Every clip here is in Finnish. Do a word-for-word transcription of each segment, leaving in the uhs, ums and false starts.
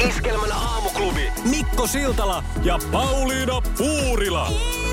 Iskelmän aamuklubi. Mikko Siltala ja Pauliina Puurila.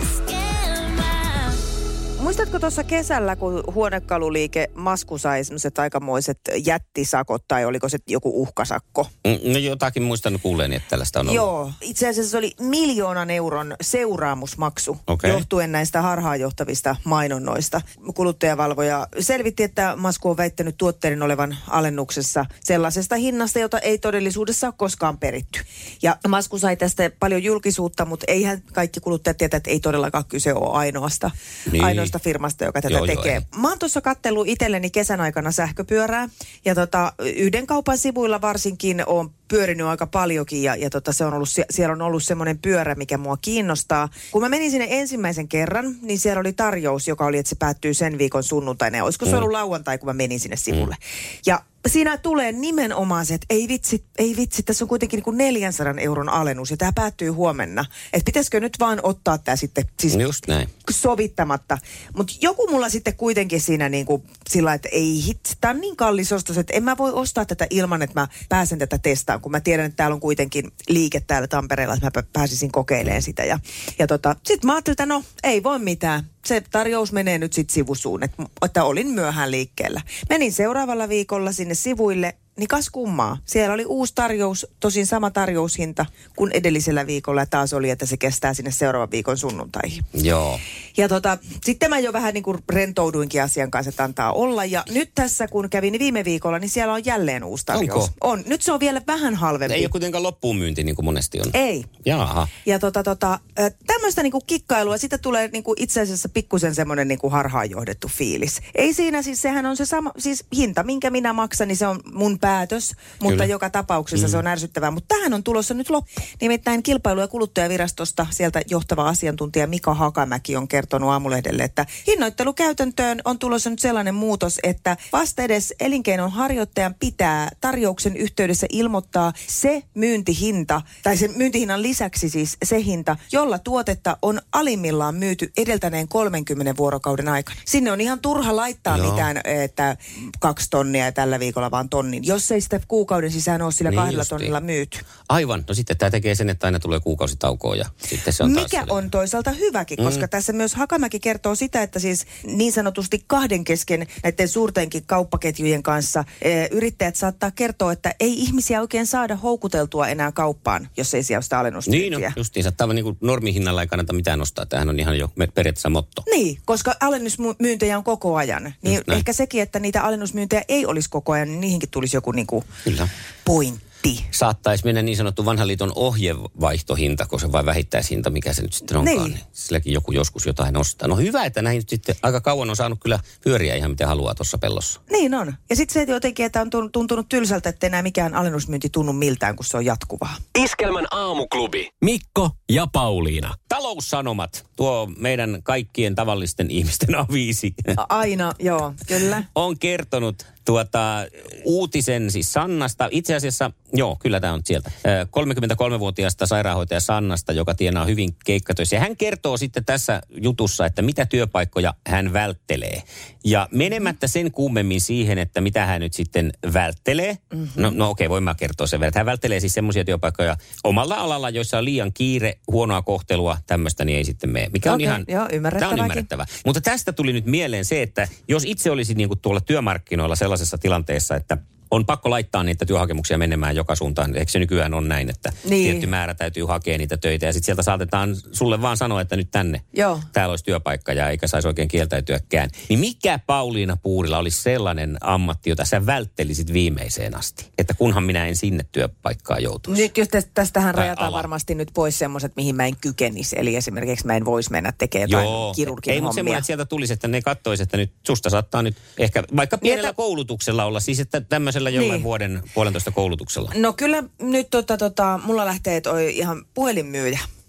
Muistatko tuossa kesällä, kun huonekaluliike Masku sai sellaiset aikamoiset jättisakot, tai oliko se joku uhkasakko? No jotakin muistan kuuleeni, että tällaista on ollut. Joo, itse asiassa se oli miljoonan euron seuraamusmaksu, okay. johtuen näistä harhaanjohtavista mainonnoista. Kuluttajavalvoja selvitti, että Masku on väittänyt tuotteiden olevan alennuksessa sellaisesta hinnasta, jota ei todellisuudessa ole koskaan peritty. Ja Masku sai tästä paljon julkisuutta, mutta eihän kaikki kuluttajat tietää, että ei todellakaan kyse ole ainoasta, niin. ainoasta firmasta, joka tätä joo, tekee. Joo, Mä oon tuossa katsellut itselleni kesän aikana sähköpyörää, ja tota, yhden kaupan sivuilla varsinkin on pyörinyt aika paljonkin, ja, ja tota, se on ollut, siellä on ollut semmoinen pyörä, mikä mua kiinnostaa. Kun mä menin sinne ensimmäisen kerran, niin siellä oli tarjous, joka oli, että se päättyy sen viikon sunnuntaina. Ja olisiko se ollut lauantai, kun mä menin sinne sivulle. Mm. Ja siinä tulee nimenomaan se, että ei vitsi, ei vitsi, tässä on kuitenkin niin kuin neljänsadan euron alennus, ja tämä päättyy huomenna. Että pitäisikö nyt vaan ottaa tämä sitten siis just näin. Sovittamatta. Mutta joku mulla sitten kuitenkin siinä niin kuin sillä, että ei hitsi, tämä on niin kallis ostos, että en mä voi ostaa tätä ilman, että mä pääsen tätä testaan, kun mä tiedän, että täällä on kuitenkin liike täällä Tampereella, että mä pääsisin kokeilemaan sitä. Ja, ja tota, sitten mä ajattelin, että no ei voi mitään. Se tarjous menee nyt sitten sivusuun, että, että olin myöhään liikkeellä. Menin seuraavalla viikolla sinne sivuille, niin kas kummaa. Siellä oli uusi tarjous, tosin sama tarjoushinta kuin edellisellä viikolla, ja taas oli, että se kestää sinne seuraavan viikon sunnuntaihin. Joo. Ja tota, sitten mä jo vähän niin kuin rentouduinkin asian kanssa, että antaa olla. Ja nyt tässä, kun kävin viime viikolla, niin siellä on jälleen uusi tarjous. Onko? On. Nyt se on vielä vähän halvempi. Ei ole kuitenkaan loppuun myynti, niin kuin monesti on. Ei. Jaaha. Ja tota, tota, tämmöistä niin kuin kikkailua, sitä tulee niin kuin itse asiassa pikkusen semmoinen niin kuin harhaanjohdettu fiilis. Ei siinä siis, sehän on se sama, siis hinta, minkä minä maksan, niin se on mun päätös, mutta kyllä. Joka tapauksessa mm. se on ärsyttävää. Mutta tähän on tulossa nyt loppu. Nimittäin Kilpailu- ja kuluttajavirastosta sieltä johtava asiantuntija Mika Hakamäki on kertonut Aamulehdelle, että hinnoittelukäytäntöön on tulossa nyt sellainen muutos, että vasta edes elinkeinon harjoittajan pitää tarjouksen yhteydessä ilmoittaa se myyntihinta, tai sen myyntihinnan lisäksi siis se hinta, jolla tuotetta on alimmillaan myyty edeltäneen kolmenkymmenen vuorokauden aikana. Sinne on ihan turha laittaa Joo. mitään, että kaksi tonnia ja tällä viikolla vaan tonnin, jos ei sitä kuukauden sisään ole sillä niin kahdella justiin. Tonnilla myyty. Aivan. No sitten tämä tekee sen, että aina tulee kuukausitaukoa ja sitten se on Mikä taas on toisaalta hyväkin, mm. koska tässä myös Hakamäki kertoo sitä, että siis niin sanotusti kahden kesken näiden suurtenkin kauppaketjujen kanssa e, yrittäjät saattaa kertoa, että ei ihmisiä oikein saada houkuteltua enää kauppaan, jos ei siellä ole sitä alennusmyyntiä. Niin no, justiinsa. Tämä niin kuin normihinnalla ei kannata mitään nostaa. Tämähän on ihan jo periaatteessa motto. Niin, koska alennusmyyntejä on koko ajan. Niin ehkä sekin, että niitä alennusmyyntejä ei olisi koko ajan, niin niihinkin tulisi joku niin kuin pointti. Saattaisi mennä niin sanottu vanhan liiton ohjevaihtohinta, kun se vain vähittäishinta, mikä se nyt sitten onkaan. Niin. Niin silläkin joku joskus jotain ostaa. No hyvä, että näihin nyt sitten aika kauan on saanut kyllä pyöriä ihan miten haluaa tuossa pellossa. Niin on. Ja sitten se jotenkin, että on tuntunut tylsältä, että enää mikään alennusmyynti tunnu miltään, kun se on jatkuvaa. Iskelmän aamuklubi. Mikko ja Pauliina. Taloussanomat, tuo meidän kaikkien tavallisten ihmisten aviisi. Aina, joo, kyllä. On kertonut tuota uutisen siis Sannasta. Itse asiassa, joo, kyllä tämä on sieltä. kolmekymmentäkolmevuotiaasta sairaanhoitaja Sannasta, joka tienaa hyvin keikkatöissä. Ja hän kertoo sitten tässä jutussa, että mitä työpaikkoja hän välttelee. Ja menemättä sen kummemmin siihen, että mitä hän nyt sitten välttelee. Mm-hmm. No, no okei, voin mä kertoa sen verran. Hän välttelee siis semmoisia työpaikkoja omalla alalla, joissa on liian kiire, huonoa kohtelua, tämmöistä, niin ei sitten mene. Mikä on okay, ihan, joo, tämä on ymmärrettävä. Mutta tästä tuli nyt mieleen se, että jos itse olisi niin kuin tuolla työmarkkinoilla sellaisessa tilanteessa, että on pakko laittaa niitä työhakemuksia menemään joka suuntaan. Eikö se nykyään on näin, että niin. Tietty määrä täytyy hakea niitä töitä. Ja sitten sieltä saatetaan sulle vaan sanoa, että nyt tänne. Joo. Täällä olisi työpaikka ja eikä saisi oikein kieltäytyäkään. Niin mikä Pauliina Puurila olisi sellainen ammatti, jota sä välttelisit viimeiseen asti? Että kunhan minä en sinne työpaikkaan joutuisi. Nyt jos tästähän rajataan ala. Varmasti nyt pois semmoiset, mihin mä en kykenisi. Eli esimerkiksi mä en voisi mennä tekemään jotain Joo. kirurgin Ei, hommia. mutta semmoinen, että sieltä tulisi, että ne kattoisi, että nyt susta saattaa nyt ehkä vaikka pienellä Jota... koulutuksella olla. Siis että tämmöisellä jollain niin. vuoden puolentoista koulutuksella. No kyllä nyt tota, tota, mulla lähtee toi ihan puhelinmyyjä.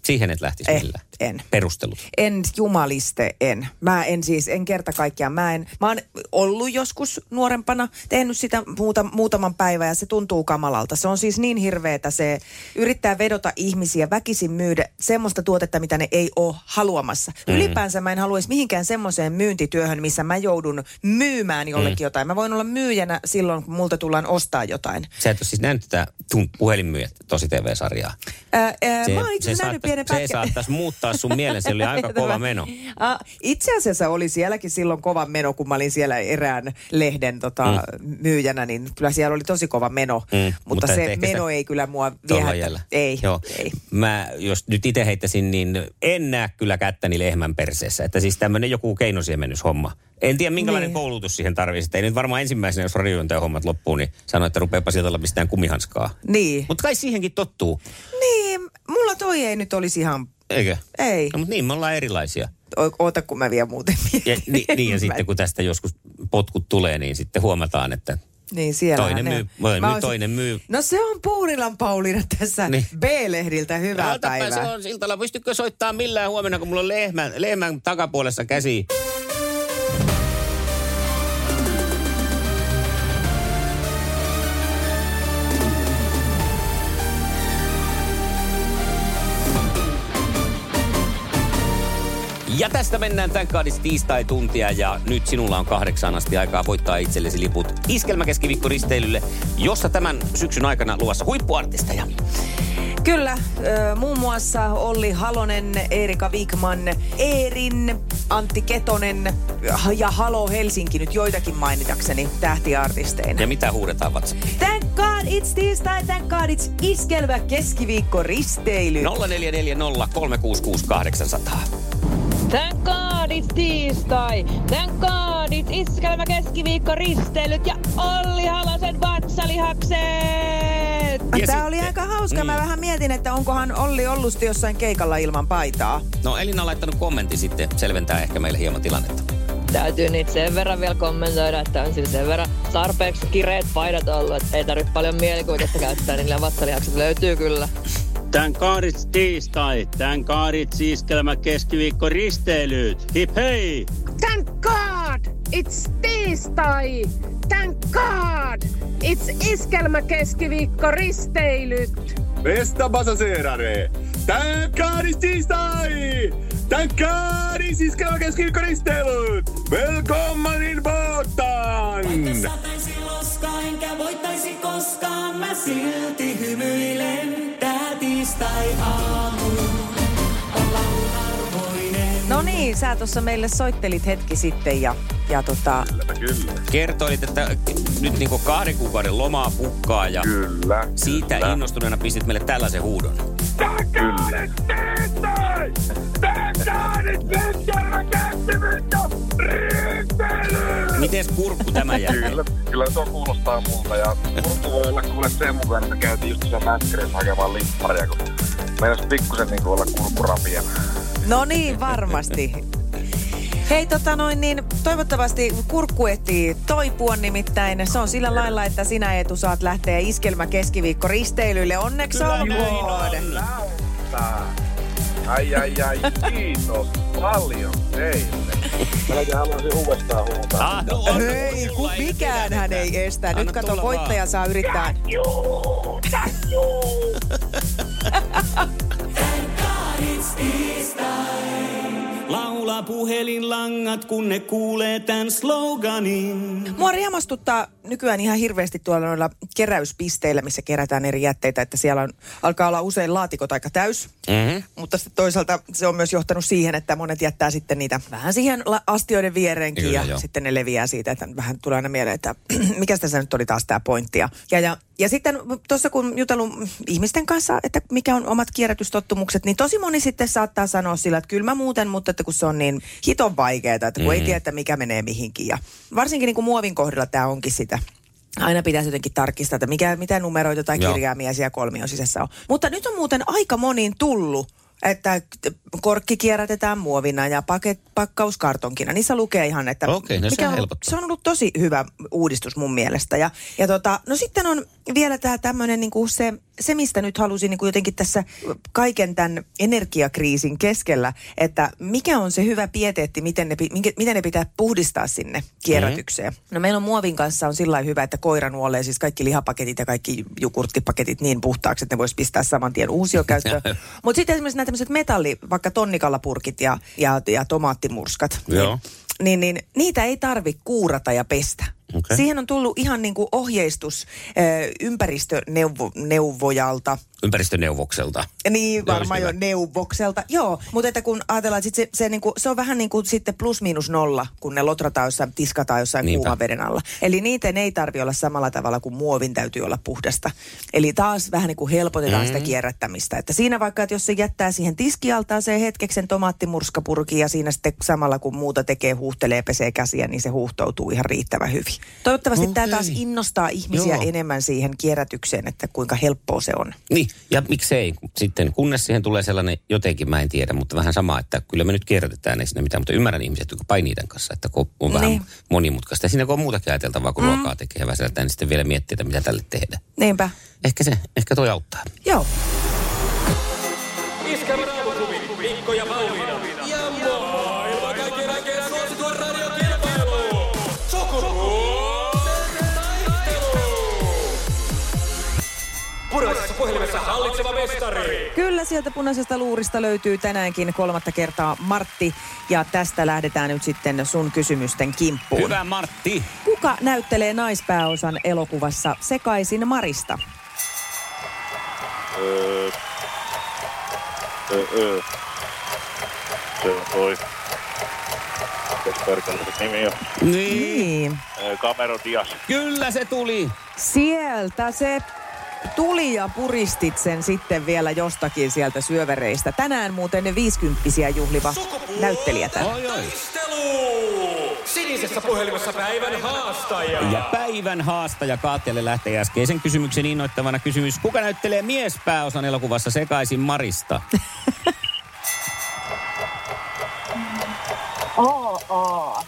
Siihen et lähtisi Eh, millään. en. Perustelut. En jumaliste, en. Mä en siis, en kerta kaikkiaan. Mä en, mä oon ollut joskus nuorempana, tehnyt sitä muuta, muutaman päivän ja se tuntuu kamalalta. Se on siis niin hirveetä, se yrittää vedota ihmisiä, väkisin myydä semmoista tuotetta, mitä ne ei ole haluamassa. Mm. Ylipäänsä mä en haluaisi mihinkään semmoiseen myyntityöhön, missä mä joudun myymään jollekin mm. jotain. Mä voin olla myyjänä silloin, kun multa tullaan ostaa jotain. Sä et ole siis nähnyt tätä tun puhelinmyyjät tosi T V-sarjaa. Ää, ää, mä oon itse asiassa nähnyt pienen pätkän. Se saattaisi muuttaa sun mielen, se oli aika kova meno. A, itse asiassa oli sielläkin silloin kova meno, kun mä olin siellä erään lehden tota, mm. myyjänä, niin kyllä siellä oli tosi kova meno. Mm, mutta, mutta se meno ei kyllä mua viehättä. Ei, Joo. ei. Mä, jos nyt itse heittäisin, niin en näe kyllä kättäni lehmän perseessä. Että siis tämmöinen joku keinosiemennys-homma. En tiedä, minkälainen niin. koulutus siihen tarvitsisi. Ei nyt varmaan ensimmäisenä, jos radiointajan hommat loppuu, niin sanoo, että rupeapa sieltä olla mistään kumihanskaa. Niin. Mutta kai siihenkin tottuu. Niin, mulla toi ei nyt olisi ihan... Eikö? Ei. No, mutta niin, me ollaan erilaisia. O- oota, kun mä vielä muuten ja, ni, niin, ja sitten kun tästä joskus potkut tulee, niin sitten huomataan, että... Niin, siellä toinen myy, myy, toinen myy. No se on Puurilan Pauliina tässä niin. B-lehdiltä. Hyvää no, päivää. Se on Siltala. Pystytkö soittaa millään huomenna, kun mulla on lehmän, lehmän takapuolessa käsi? Ja tästä mennään tämän kaadissa tiistai-tuntia ja nyt sinulla on kahdeksaan asti aikaa voittaa itsellesi liput Iskelmäkeskiviikko-risteilylle, jossa tämän syksyn aikana luvassa huippuartisteja. Kyllä, äh, muun muassa Olli Halonen, Eerika Wigman, Eerin, Antti Ketonen ja Halo Helsinki nyt joitakin mainitakseni tähtiartisteina. Ja mitä huudetaan WhatsAppiin? Thank God it's tiistai, thank God it's Iskelmä keskiviikko-risteily. nolla neljä neljä nolla kolme kuusi kuusi kahdeksan nolla nolla. Thank God it's tiistai, thank God it's Iskelmä keskiviikko-risteilyt ja Olli Halosen vatsalihakset! Ja Tämä oli aika hauska. Niin. Mä vähän mietin, että onkohan Olli ollut jossain keikalla ilman paitaa. No Elina on laittanut kommentti sitten, selventää ehkä meille hieman tilannetta. Täytyy niitä sen verran vielä kommentoida, että on sillä sen verran tarpeeksi kireet paidat ollut, että ei tarvitse paljon mielikuvitusta käyttää, niillä vatsalihakset löytyy kyllä. Tän kaadits tiistai, tän kaadits Iskelmä keskiviikko risteilyt. Hip hei! Thank God it's tiistai! Thank God it's Iskelmä keskiviikko risteilyt. Bästa passagerare! Thank God it's tiistai! Thank God it's Iskelmä keskiviikko risteilyt! Välkommen in båten! Vaikka sataisi loskaa, enkä voittaisi koskaan, mä silti hymyilen. Tää tiistai aamu on laulun arvoinen. No niin, sä tuossa meille soittelit hetki sitten ja, ja tota... Kyllä, kyllä. Kertoilit, että nyt niinku kahden kuukauden lomaa pukkaa ja Kyllä, siitä kyllä. innostuneena pistit meille tällaisen huudon. Thank God it's tiistai! Thank God it's Iskelmä keskiviikko risteilyt! Mites kurkku tämä jälkeen? Kyllä, kyllä tuo kuulostaa multa ja kurkku voi olla kuule sen mukaan, että käytiin just siellä mäskerissä hakemaan limpparia, kun meinas pikkusen niin olla kurkkurapia. No niin, varmasti. Hei, tota noin, niin toivottavasti kurkku ehtii toipua nimittäin. Se on sillä lailla, että sinä Eetu saat lähteä Iskelmä keskiviikko risteilylle. Onneksi olkoon! Ai ai ai, kiitos paljon teille. Mäkin haluaisin uudestaan huutaa. Ah, no on, Hei, kun mikään hän ei estä. Nyt kato, voittaja vaan saa yrittää. Juu, juu. Thank God it's tiistai. Laula puhelinlangat, kun ne kuulee tän sloganin. Mua riemastuttaa nykyään ihan hirveästi tuolla noilla keräyspisteillä, missä kerätään eri jätteitä, että siellä on, alkaa olla usein laatikot aika täys. Mm-hmm. Mutta sitten toisaalta se on myös johtanut siihen, että monet jättää sitten niitä vähän siihen la- astioiden viereenkin. Kyllä, ja jo. Sitten ne leviää siitä, että vähän tulee aina mieleen, että mikä tässä nyt oli taas tämä pointti. Ja, ja, ja sitten tuossa kun jutellut ihmisten kanssa, että mikä on omat kierrätystottumukset, niin tosi moni sitten saattaa sanoa sillä, että kyllä mä muuten, mutta että kun se on niin hiton vaikeaa, että kun mm-hmm. ei tiedä, että mikä menee mihinkin. Ja varsinkin niin kuin muovin kohdalla tämä onkin sitä. Aina pitäisi jotenkin tarkistaa, että mikä, mitä numeroita tai kirjaimia siellä kolmion sisässä on. Mutta nyt on muuten aika moniin tullut, että korkki kierrätetään muovina ja paket, pakkauskartonkina. Niissä lukee ihan, että okay, no mikä on, se on ollut tosi hyvä uudistus mun mielestä. Ja, ja tota, no sitten on vielä tämä tämmöinen niin kuin se se, mistä nyt halusin niin kuin jotenkin tässä kaiken tämän energiakriisin keskellä, että mikä on se hyvä pieteetti, miten ne, miten ne pitää puhdistaa sinne kierrätykseen. Mm-hmm. No meillä on muovin kanssa on sillä lailla hyvä, että koira nuolee siis kaikki lihapaketit ja kaikki jogurttipaketit niin puhtaaksi, että ne voisi pistää saman tien uusiokäyttöön. Mutta sitten esimerkiksi nämä tämmöiset metalli, vaikka tonnikallapurkit ja, ja, ja tomaattimurskat, Joo. Niin, niin niitä ei tarvitse kuurata ja pestä. Okay. Siihen on tullut ihan niin kuin ohjeistus äh, ympäristöneuvojalta. Ympäristöneuvokselta. Niin, varmaan jo neuvokselta. Joo, mutta että kun ajatellaan, että sit se, se, niinku, se on vähän niin kuin sitten plus miinus nolla, kun ne lotrataan jossain, tiskataan jossain Niinpä. kuuman veden alla. Eli niiden ei tarvitse olla samalla tavalla kuin muovin täytyy olla puhdasta. Eli taas vähän niin kuin helpotetaan mm. sitä kierrättämistä. Että siinä vaikka, että jos se jättää siihen tiskialtaaseen hetkeksi sen tomaattimurskapurkin ja siinä sitten samalla kun muuta tekee, huuhtelee, pesee käsiä, niin se huuhtoutuu ihan riittävän hyvin. Toivottavasti okay. tämä taas innostaa ihmisiä Joo. enemmän siihen kierrätykseen, että kuinka helppoa se on. Niin, ja miksei sitten, kunnes siihen tulee sellainen, jotenkin mä en tiedä, mutta vähän sama, että kyllä me nyt kierrätetään, ei siinä mitään, mutta ymmärrän ihmiset, jotka painii tämän kanssa, että on niin. vähän monimutkaista. Ja siinä kun on muutakin ajateltavaa, kun mm. ruokaa tekee ja väsätään, niin sitten vielä miettiä, että mitä tälle tehdä. Niinpä. Ehkä se, ehkä toi auttaa. Joo. Iskelmän aamuklubi, Mikko ja Pauliina. Ja maailman kaikkien aikeen suosituen radiokilpailu. Sukupuolten taistelu. Punaisessa puhelimessa hallitseva mestari. Kyllä, sieltä punaisesta luurista löytyy tänäänkin kolmatta kertaa Martti. Ja tästä lähdetään nyt sitten sun kysymysten kimppuun. Hyvä Martti. Kuka näyttelee naispääosan elokuvassa Sekaisin Marista? Öö... Öö... öö. Se on toi... Mitäs perkele se nimi on? Niin. Öö, Cameron Diaz. Kyllä se tuli. Sieltä se tuli ja puristit sen sitten vielä jostakin sieltä syövereistä. Tänään muuten ne viisikymppisiä juhliva näyttelijä täällä. Oi, oi. Taistelu! Sinisessä puhelimessa päivän haastaja. Ja päivän haastaja Kaatjalle lähtee äskeisen kysymyksen innoittavana kysymys. Kuka näyttelee miespääosan elokuvassa Sekaisin Marista? Oo, oo.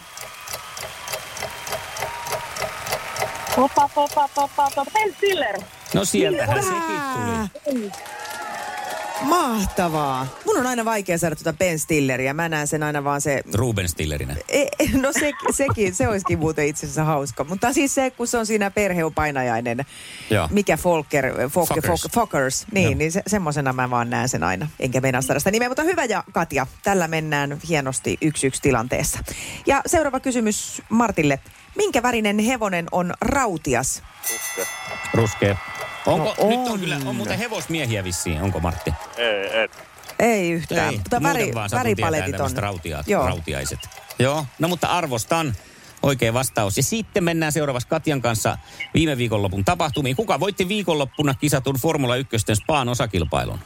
Popa, popa, popa, popa. Ben Stiller. No sieltähän sekin tuli. Mahtavaa. Mun on aina vaikea saada tuota Ben Stilleriä. Mä näen sen aina vaan se... Ruben Stillerinä. E, no se, sekin, se olisikin muuten itse asiassa hauska. Mutta siis se, kun se on siinä perheopainajainen. Joo. Mikä Folker, Folker, Fockers. Fockers. Niin, Joo. niin se, semmosena mä vaan näen sen aina. Enkä meinaa saada sitä nimeä. Mutta hyvä ja Katja, tällä mennään hienosti yksi yksi tilanteessa. Ja seuraava kysymys Martille. Minkä värinen hevonen on rautias? Ruskea. Ruskea. Onko, no on. Nyt on kyllä, on muuten hevosmiehiä vissiin, onko Martti? Ei, et. Ei yhtään, Ei, mutta väri, väripaletit on. Rautiaat, Joo. Rautiaiset. Joo, no mutta arvostan. Oikea vastaus. Ja sitten mennään seuraavaksi Katjan kanssa viime viikonlopun tapahtumiin. Kuka voitti viikonloppuna kisatun Formula yksi Spaan osakilpailun?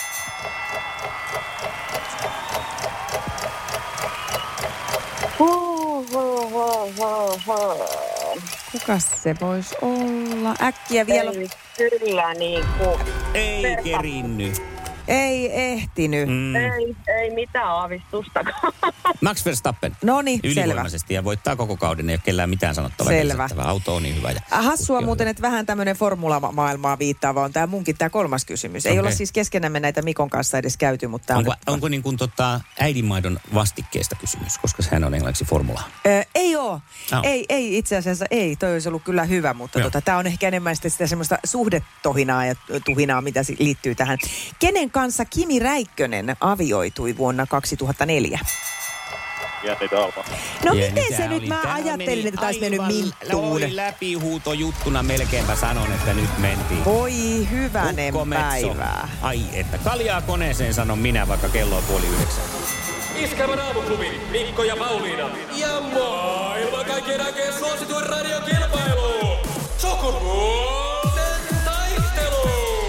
Kuka se voisi olla? Äkkiä vielä. Ei, kyllä niin kuin. Ei Perha. Kerinny. Ei ehtinyt. Mm. Ei, ei mitään aavistustakaan. Max Verstappen. Noniin, selvä. Ylivoimaisesti ja voittaa koko kauden. Ei ole kellään mitään sanottavaa. Selvä. Auto on niin hyvä. Ja hassua muuten, että vähän tämmöinen formula-maailmaa viittaava on tämä munkin tämä kolmas kysymys. Ei okay. olla siis keskenämme näitä Mikon kanssa edes käyty, mutta... Onko, on nyt... onko niin kuin tota äidinmaidon vastikkeesta kysymys, koska sehän on englanniksi formula? Öö, ei oo. Oh. Ei, ei itse asiassa ei. Toi olisi ollut kyllä hyvä, mutta tota, tämä on ehkä enemmän sitä, sitä semmoista suhdetohinaa ja tuhinaa, mitä liittyy tähän. Kenen kanssa Kimi Räikkönen avioitui vuonna kaksituhattaneljä? Jenni Talma. No Jenni, miten se nyt? Oli, mä ajattelin, että taisi mennyt minttuun. Oli läpihuutojuttuna melkeinpä sanon, että nyt mentiin. Voi hyvänen päivää. Ai että kaljaa koneeseen sanon minä, vaikka kello on puoli yhdeksän. Iskelmän aamuklubi, Mikko ja Pauliina. Ja maailman kaikkien aikeen suosituen radiokilpailu. Sukupuolten taistelu.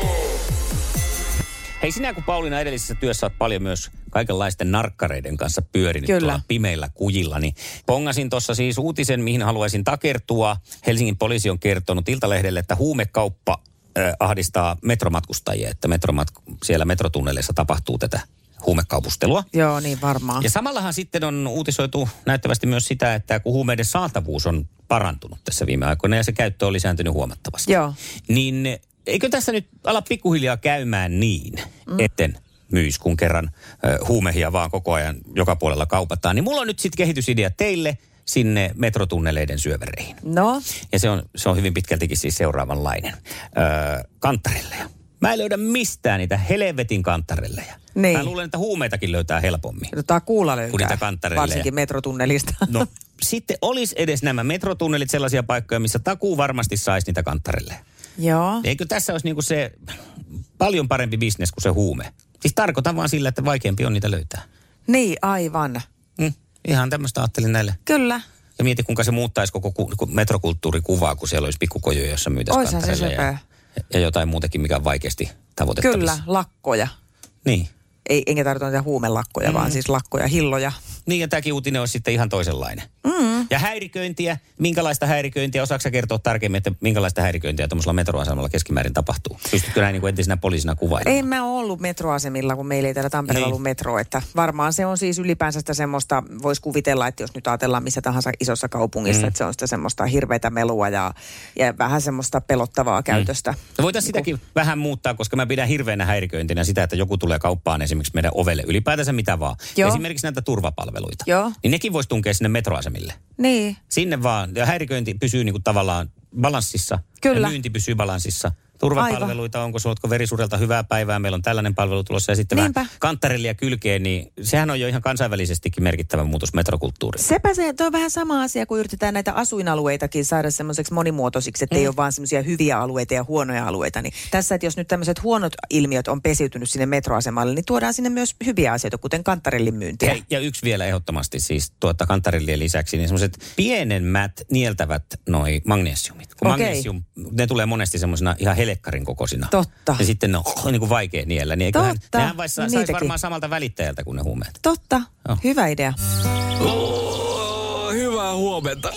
Hei, sinä kun Pauliina edellisessä työssä olet paljon myös kaikenlaisten narkkareiden kanssa pyörinyt Kyllä. tuolla pimeillä kujilla, niin pongasin tuossa siis uutisen, mihin haluaisin takertua. Helsingin poliisi on kertonut Iltalehdelle, että huumekauppa äh, ahdistaa metromatkustajia, että metromat- siellä metrotunneleissa tapahtuu tätä huumekaupustelua. Joo, niin varmaan. Ja samallahan sitten on uutisoitu näyttävästi myös sitä, että kun huumeiden saatavuus on parantunut tässä viime aikoina ja se käyttö on lisääntynyt huomattavasti. Joo. Niin eikö tässä nyt ala pikkuhiljaa käymään niin, mm. etten myys, kun kerran ö, huumehia vaan koko ajan joka puolella kaupataan. Niin mulla on nyt sitten kehitysidea teille sinne metrotunneleiden syövereihin. No? Ja se on, se on hyvin pitkältikin siis seuraavanlainen. Öö, kanttarelleja. Mä en löydä mistään niitä helvetin kanttarelleja. Niin. Mä luulen, että huumeitakin löytää helpommin. Jotain kuulla löytää. Kuin niitä kanttarelleja. Varsinkin metrotunnelista. No sitten olisi edes nämä metrotunnelit sellaisia paikkoja, missä takuu varmasti saisi niitä kanttarelleja. Joo. Eikö tässä olisi niinku se paljon parempi bisnes kuin se huume? Siis tarkoitan vaan sillä, että vaikeampi on niitä löytää. Niin, aivan. Mm, ihan tämmöistä ajattelin näille. Kyllä. Ja mieti, kuinka se muuttaisi koko ku, ku, metrokulttuurikuvaa, kun siellä olisi pikkukojuja, jossa myytäisiin kanttarelleja. Ja, ja jotain muutakin, mikä on vaikeasti tavoitettavissa. Kyllä, lakkoja. Niin. Ei, enkä tarvitse niitä huumelakkoja, mm. vaan siis lakkoja, hilloja. Niin, ja tämäkin uutinen olisi sitten ihan toisenlainen. Mm. Ja häiriköintiä, minkälaista häiriköintiä, osaatko sä kertoa tarkemmin, että minkälaista häiriköintiä tuollaisella metroasemalla keskimäärin tapahtuu? Pystytkö näin niin kuin entisenä poliisina kuvailemaan? En mä ole ollut metroasemilla, kun meillä ei täällä Tampereella niin. ollut metro, että varmaan se on siis ylipäänsä sitä semmoista, voisi kuvitella, että jos nyt ajatellaan missä tahansa isossa kaupungissa, mm. että se on sitä semmoista hirveätä melua ja, ja vähän semmoista pelottavaa käytöstä. Mm. No voitaisiin niin sitäkin kun... vähän muuttaa, koska mä pidän hirveänä häiriköintinä sitä, että joku tulee kauppaan esimerkiksi meidän ovelle, ylipäätänsä mitä vaan. Joo. Esimerkiksi näitä turvapalveluita. Joo. Niin nekin voisi tunkea sinne metroasemille. Niin. Sinne vaan. Ja häiriköinti pysyy niinku tavallaan balanssissa. Kyllä. Ja myynti pysyy balanssissa. Turvapalveluita, onko suotko verisuudelta hyvää päivää, meillä on tällainen palvelu tulossa ja sitten vähän kanttarellia kylkeen, niin sehän on jo ihan kansainvälisestikin merkittävä muutos metrokulttuuriin. Sepä se, tuo on vähän sama asia, kun yritetään näitä asuinalueitakin saada semmoiseksi monimuotoisiksi, että mm. ei ole vaan semmoisia hyviä alueita ja huonoja alueita. Niin tässä, että jos nyt tämmöiset huonot ilmiöt on pesiytynyt sinne metroasemalle, niin tuodaan sinne myös hyviä asioita, kuten kanttarellin myyntiä. Ja, ja yksi vielä ehdottomasti siis tuota kanttarellien lisäksi, niin semmoiset pienemmät nieltävät noi magnesiumit. Kun okay. magnesium, ne tulee monesti semmoisena ihan helekkarin kokoisina. Totta. Ja sitten ne on niin kuin vaikea niellä. Niin eiköhän, Totta. nehän vais, no, saisi varmaan samalta välittäjältä kuin ne huumeet. Totta. Oh. Hyvä idea. Oh, hyvää huomenta.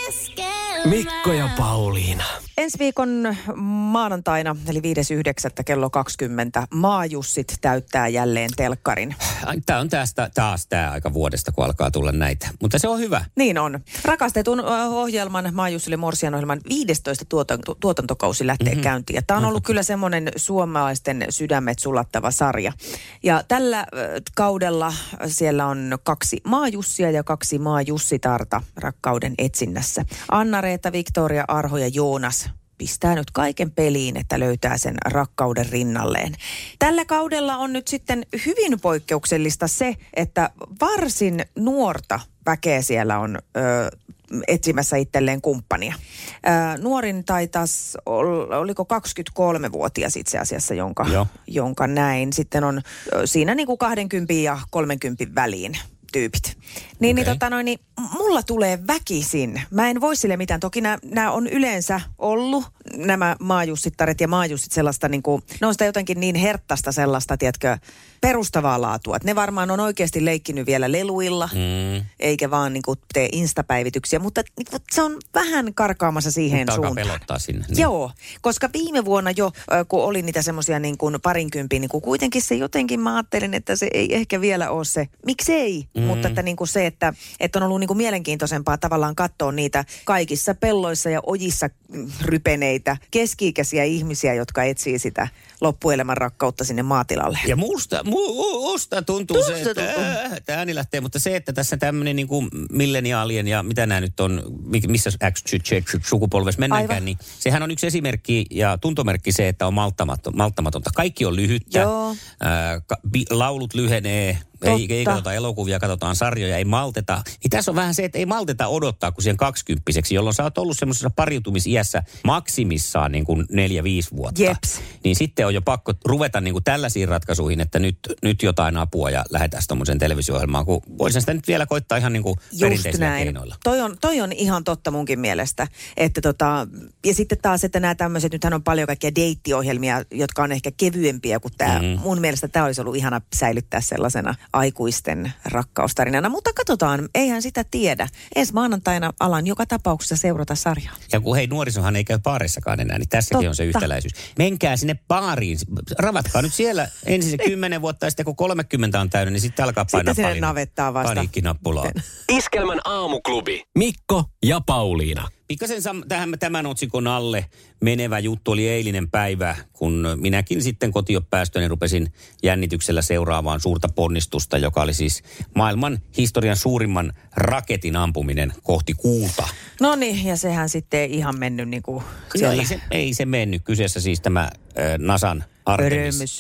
Mikko ja Pauliina. Ensi viikon maanantaina, eli viides yhdeksättä kello kaksikymmentä, Maajussit täyttää jälleen telkkarin. Tämä on tästä, taas tämä aika vuodesta, kun alkaa tulla näitä. Mutta se on hyvä. Niin on. Rakastetun ohjelman, Maajussille Morsian ohjelman viidestoista tuotanto, tuotantokausi lähtee mm-hmm. käyntiin. Ja tämä on ollut kyllä semmoinen suomalaisten sydämet sulattava sarja. Ja tällä kaudella siellä on kaksi Maajussia ja kaksi Maajussitarta rakkauden etsinnässä. Anna-Reetta, Victoria, Arho ja Joonas pistää nyt kaiken peliin, että löytää sen rakkauden rinnalleen. Tällä kaudella on nyt sitten hyvin poikkeuksellista se, että varsin nuorta väkeä siellä on ö, etsimässä itselleen kumppania. Ö, nuorin taitas, ol, oliko kaksikymmentäkolmevuotias itse asiassa, jonka, jonka näin. Sitten on ö, siinä niin kuin kaksikymmentä ja kolmekymmentä väliin tyypit. Niin, okay. niin, tota noin, niin mulla tulee väkisin. Mä en voi sille mitään. Toki nämä on yleensä ollut, nämä maajussittaret ja maajussit sellaista niin kuin, ne on sitä jotenkin niin herttasta sellaista, tiedätkö, perustavaa laatua. Että ne varmaan on oikeasti leikkinyt vielä leluilla, mm. eikä vaan niin kuin tee instapäivityksiä. Mutta niin kuin, se on vähän karkaamassa siihen mutta suuntaan. Alkaa pelottaa sinne. Niin. Joo, koska viime vuonna jo, kun oli niitä semmoisia niin kuin parinkymppiä, niin kuin kuitenkin se jotenkin mä ajattelin, että se ei ehkä vielä ole se. Miksei? Mm. Mutta että niin kuin se, että, että on ollut niin kuin mielenkiintoisempaa tavallaan katsoa niitä kaikissa pelloissa ja ojissa rypeneitä keski-ikäisiä ihmisiä, jotka etsii sitä loppuelämän rakkautta sinne maatilalle. Ja musta, musta tuntuu musta se, että tuntuu. Äh, tämä ääni lähtee, mutta se, että tässä tämmöinen niin kuin milleniaalien ja mitä nämä nyt on, missä X-sukupolvessa mennäänkään, niin sehän on yksi esimerkki ja tuntomerkki se, että on malttamatonta. Kaikki on lyhyttä, äh, laulut lyhenee, Ei, ei katsota elokuvia, katsotaan sarjoja, ei malteta. Niin tässä on vähän se, että ei malteta odottaa kuin siihen kaksikymppiseksi, jolloin sä oot ollut semmoisessa pariutumisiässä maksimissaan niin kuin neljä, viisi vuotta. Jeps. Niin sitten on jo pakko ruveta niin kuin tällaisiin ratkaisuihin, että nyt, nyt jotain apua ja lähdetään tommoseen televisio-ohjelmaan, kun voisin sitä nyt vielä koittaa ihan niin kuin perinteisillä näin. keinoilla. Toi on, toi on ihan totta munkin mielestä. Että tota, ja sitten taas, että nämä tämmöiset, nythän on paljon kaikkia deittiohjelmia, jotka on ehkä kevyempiä kuin tämä. Mm-hmm. Mun mielestä tämä olisi ollut ihana säilyttää sellaisena aikuisten rakkaustarinana, mutta katsotaan, eihän sitä tiedä. Ensi maanantaina alan joka tapauksessa seurata sarjaa. Ja kun hei, nuorisohan ei käy baarissakaan enää, niin tässäkin Totta. on se yhtäläisyys. Menkää sinne baariin, ravatkaa nyt siellä ensin se kymmenen vuotta ja sitten kun kolmekymmentä on täynnä, niin sitten alkaa painaa sitten navettaa vasta. Paniikkinappulaa. Iskelmän aamuklubi. Mikko ja Pauliina. Pikkasen sam- tähän, tämän otsikon alle menevä juttu oli eilinen päivä, kun minäkin sitten kotiopäästöni rupesin jännityksellä seuraavaan suurta ponnistusta, joka oli siis maailman historian suurimman raketin ampuminen kohti kuuta. No niin, ja sehän sitten ei ihan mennyt niin kuin siellä. Ei se, ei se mennyt. Kyseessä siis tämä äh, NASAn Artemis,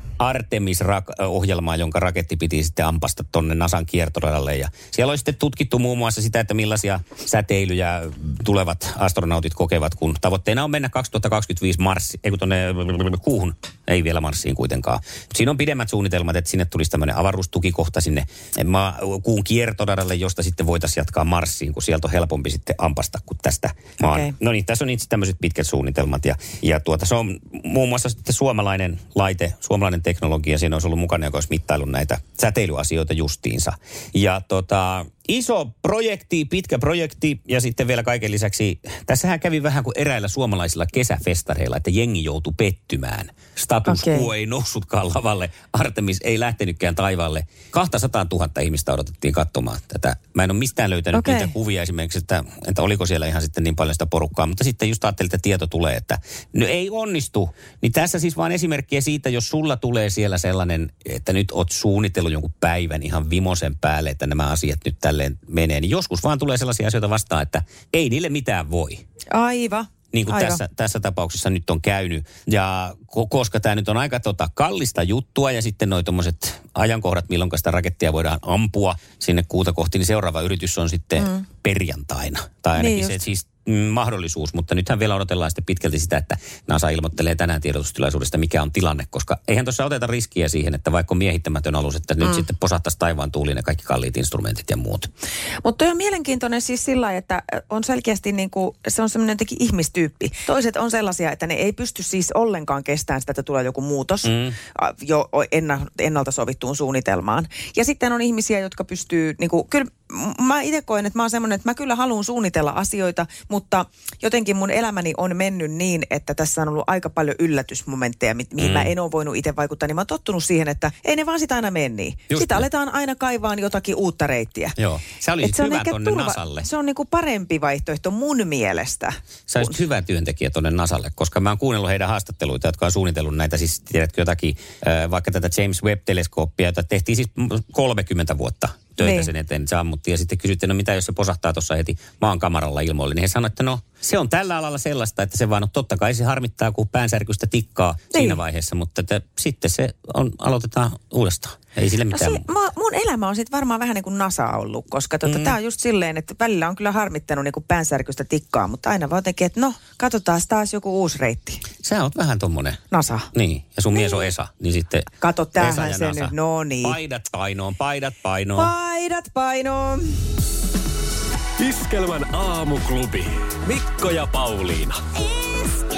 Artemis-ohjelmaa, jonka raketti piti sitten ampasta tonne NASAn kiertoradalle. Ja siellä oli sitten tutkittu muun muassa sitä, että millaisia säteilyjä tulevat astronautit kokevat, kun tavoitteena on mennä kaksituhattakaksikymmentäviisi Marsi, ei kun tonne kuuhun, ei vielä Marsiin kuitenkaan. Siinä on pidemmät suunnitelmat, että sinne tulisi tämmöinen avaruustukikohta sinne maa, kuun kiertoradalle, josta sitten voitaisiin jatkaa Marsiin, kun sieltä on helpompi sitten ampasta kuin tästä maan. Okay. No niin, tässä on itse tämmöiset pitkät suunnitelmat ja, ja tuota, se on muun muassa sitten suomalainen laite, suomalainen teknologia, siinä olisi ollut mukana, joka olisi mittaillut näitä säteilyasioita justiinsa. Ja tota, iso projekti, pitkä projekti ja sitten vielä kaiken lisäksi, tässähän kävi vähän kuin eräillä suomalaisilla kesäfestareilla, että jengi joutui pettymään. Status okay. quo ei noussutkaan lavalle, Artemis ei lähtenytkään taivaalle. kaksisataatuhatta ihmistä odotettiin katsomaan tätä. Mä en ole mistään löytänyt okay. niitä kuvia esimerkiksi, että, että oliko siellä ihan sitten niin paljon sitä porukkaa, mutta sitten just ajattelin, että tieto tulee, että no ei onnistu. Niin tässä siis vaan esimerkkiä siitä, jos sulla tulee siellä sellainen, että nyt oot suunnitellut jonkun päivän ihan vimosen päälle, että nämä asiat nyt tälleen menee, niin joskus vaan tulee sellaisia asioita vastaan, että ei niille mitään voi. Aivan. Niin kuin tässä, tässä tapauksessa nyt on käynyt. Ja koska tämä nyt on aika tota kallista juttua ja sitten noi tommoset ajankohdat, milloin sitä rakettia voidaan ampua sinne kuuta kohti, niin seuraava yritys on sitten mm. perjantaina. Tai ainakin niin se siis mahdollisuus, mutta nythän vielä odotellaan sitten pitkälti sitä, että NASA ilmoittelee tänään tiedotustilaisuudesta, mikä on tilanne, koska eihän tuossa oteta riskiä siihen, että vaikka on miehittämätön alus, että mm. nyt sitten posahtaisi taivaan tuuliin ja kaikki kalliit instrumentit ja muut. Mutta on mielenkiintoinen siis sillä lailla, että on selkeästi niin kuin, se on semmoinen jotenkin ihmistyyppi. Toiset on sellaisia, että ne ei pysty siis ollenkaan kestämään sitä, että tulee joku muutos mm. jo ennalta sovittuun suunnitelmaan. Ja sitten on ihmisiä, jotka pystyy, niin kuin, kyllä mä itse koen, että mä oon semmoinen, että mä kyllä haluan suunnitella asioita, mutta jotenkin mun elämäni on mennyt niin, että tässä on ollut aika paljon yllätysmomentteja, mihin mm. mä en ole voinut itse vaikuttaa. Niin mä oon tottunut siihen, että ei ne vaan sitä aina mene niin. Just Sitten ne. aletaan aina kaivaan jotakin uutta reittiä. Joo, se oli se hyvä tonne turva, NASAlle. Se on niinku parempi vaihtoehto mun mielestä. Sä olisit hyvä työntekijä tonne NASAlle, koska mä oon kuunnellut heidän haastatteluita, jotka on suunnitellut näitä, siis tiedätkö jotakin, äh, vaikka tätä James Webb-teleskooppia, jota tehtiin siis kolmekymmentä vuotta töitä niin. sen eteen, se ammuttiin ja sitten kysyttiin, no mitä jos se posahtaa tuossa heti maan kamaralla ilmoille, niin he sanoivat, että no se on tällä alalla sellaista, että se vaan on totta kai se harmittaa, kun päänsärkystä tikkaa niin. siinä vaiheessa, mutta että sitten se on, aloitetaan uudestaan. Ei sille mitään. No se, mä, mun elämä on sitten varmaan vähän niin kuin NASA ollut, koska tota, mm. tämä on just silleen, että välillä on kyllä harmittanut niin kuin päänsärkystä tikkaa, mutta aina vaan tekee, että no, katsotaan taas joku uusi reitti. Sä oot vähän tommonen. NASA. Niin, ja sun mies on Esa, niin sitten kato, tämähän se nyt, no niin. Paidat painoon, paidat painoon. Paidat painoon. Iskelmän aamuklubi. Mikko ja Pauliina. Iskelmä.